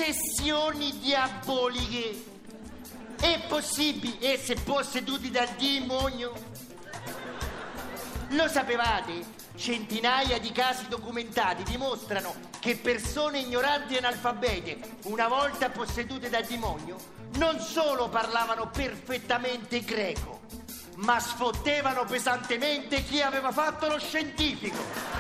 Ossessioni diaboliche. È possibile essere posseduti dal demonio? Lo sapevate? Centinaia di casi documentati dimostrano che persone ignoranti e analfabete, una volta possedute dal demonio, non solo parlavano perfettamente greco, ma sfottevano pesantemente chi aveva fatto lo scientifico.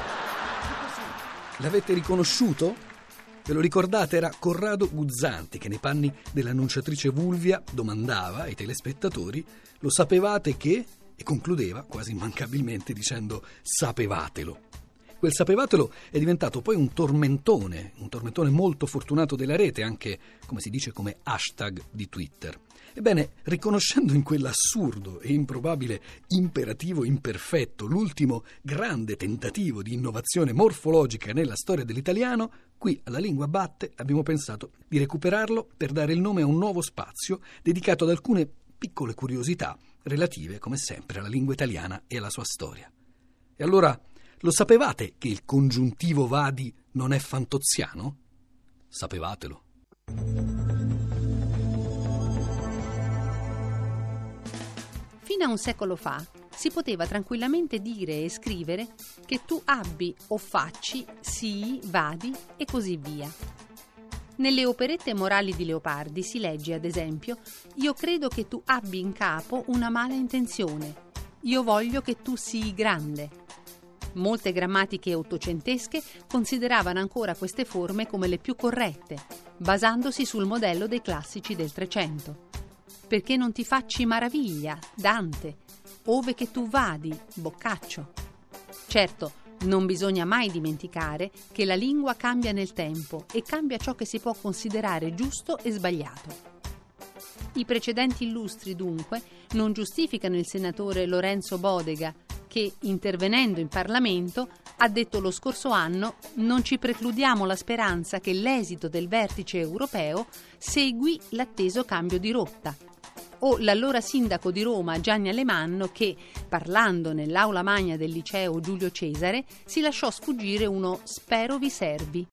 L'avete riconosciuto? Ve lo ricordate? Era Corrado Guzzanti che nei panni dell'annunciatrice Vulvia domandava ai telespettatori: lo sapevate che? E concludeva quasi immancabilmente dicendo: sapevatelo. Quel sapevatelo è diventato poi un tormentone molto fortunato della rete, anche, come si dice, come hashtag di Twitter. Ebbene, riconoscendo in quell'assurdo e improbabile imperativo imperfetto l'ultimo grande tentativo di innovazione morfologica nella storia dell'italiano, qui alla Lingua Batte abbiamo pensato di recuperarlo per dare il nome a un nuovo spazio dedicato ad alcune piccole curiosità relative, come sempre, alla lingua italiana e alla sua storia. E allora, lo sapevate che il congiuntivo vadi non è fantoziano? Sapevatelo. Fino a un secolo fa si poteva tranquillamente dire e scrivere che tu abbi o facci, sii, vadi e così via. Nelle operette morali di Leopardi si legge, ad esempio: io credo che tu abbi in capo una mala intenzione, io voglio che tu sii grande. Molte grammatiche ottocentesche consideravano ancora queste forme come le più corrette, basandosi sul modello dei classici del Trecento. Perché non ti facci maraviglia, Dante, ove che tu vadi, Boccaccio. Certo, non bisogna mai dimenticare che la lingua cambia nel tempo e cambia ciò che si può considerare giusto e sbagliato. I precedenti illustri, dunque, non giustificano il senatore Lorenzo Bodega che, intervenendo in Parlamento, ha detto lo scorso anno: non ci precludiamo la speranza che l'esito del vertice europeo segui l'atteso cambio di rotta. O l'allora sindaco di Roma Gianni Alemanno che, parlando nell'aula magna del liceo Giulio Cesare, si lasciò sfuggire uno «spero vi servi».